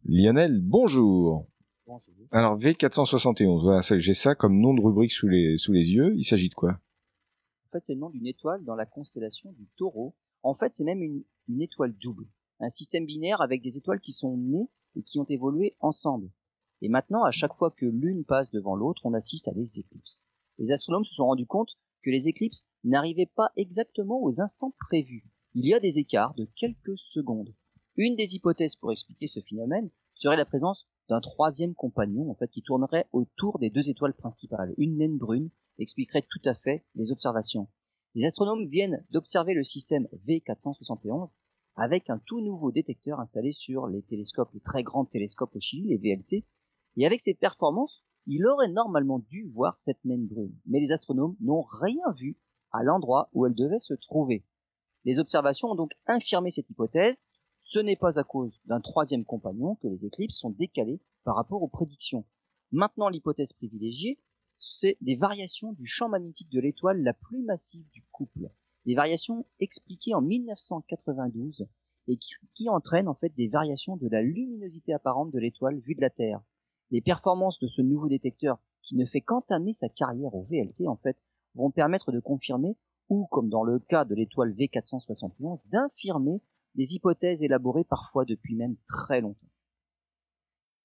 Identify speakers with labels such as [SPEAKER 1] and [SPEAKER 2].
[SPEAKER 1] Lionel, bonjour.
[SPEAKER 2] Bonjour.
[SPEAKER 1] Alors V471, voilà, j'ai ça comme nom de rubrique sous les yeux. Il s'agit de quoi?
[SPEAKER 2] En fait, c'est le nom d'une étoile dans la constellation du Taureau. En fait, c'est même une étoile double, un système binaire avec des étoiles qui sont nées et qui ont évolué ensemble. Et maintenant, à chaque fois que l'une passe devant l'autre, on assiste à des éclipses. Les astronomes se sont rendus compte que les éclipses n'arrivaient pas exactement aux instants prévus. Il y a des écarts de quelques secondes. Une des hypothèses pour expliquer ce phénomène serait la présence d'un troisième compagnon, en fait, qui tournerait autour des deux étoiles principales. Une naine brune expliquerait tout à fait les observations. Les astronomes viennent d'observer le système V471 avec un tout nouveau détecteur installé sur les télescopes, les très grands télescopes au Chili, les VLT, et avec ces performances, il aurait normalement dû voir cette naine brune. Mais les astronomes n'ont rien vu à l'endroit où elle devait se trouver. Les observations ont donc infirmé cette hypothèse. Ce n'est pas à cause d'un troisième compagnon que les éclipses sont décalées par rapport aux prédictions. Maintenant, l'hypothèse privilégiée, c'est des variations du champ magnétique de l'étoile la plus massive du couple. Des variations expliquées en 1992 et qui entraînent en fait des variations de la luminosité apparente de l'étoile vue de la Terre. Les performances de ce nouveau détecteur, qui ne fait qu'entamer sa carrière au VLT, en fait, vont permettre de confirmer ou, comme dans le cas de l'étoile V471, d'infirmer des hypothèses élaborées parfois depuis même très longtemps.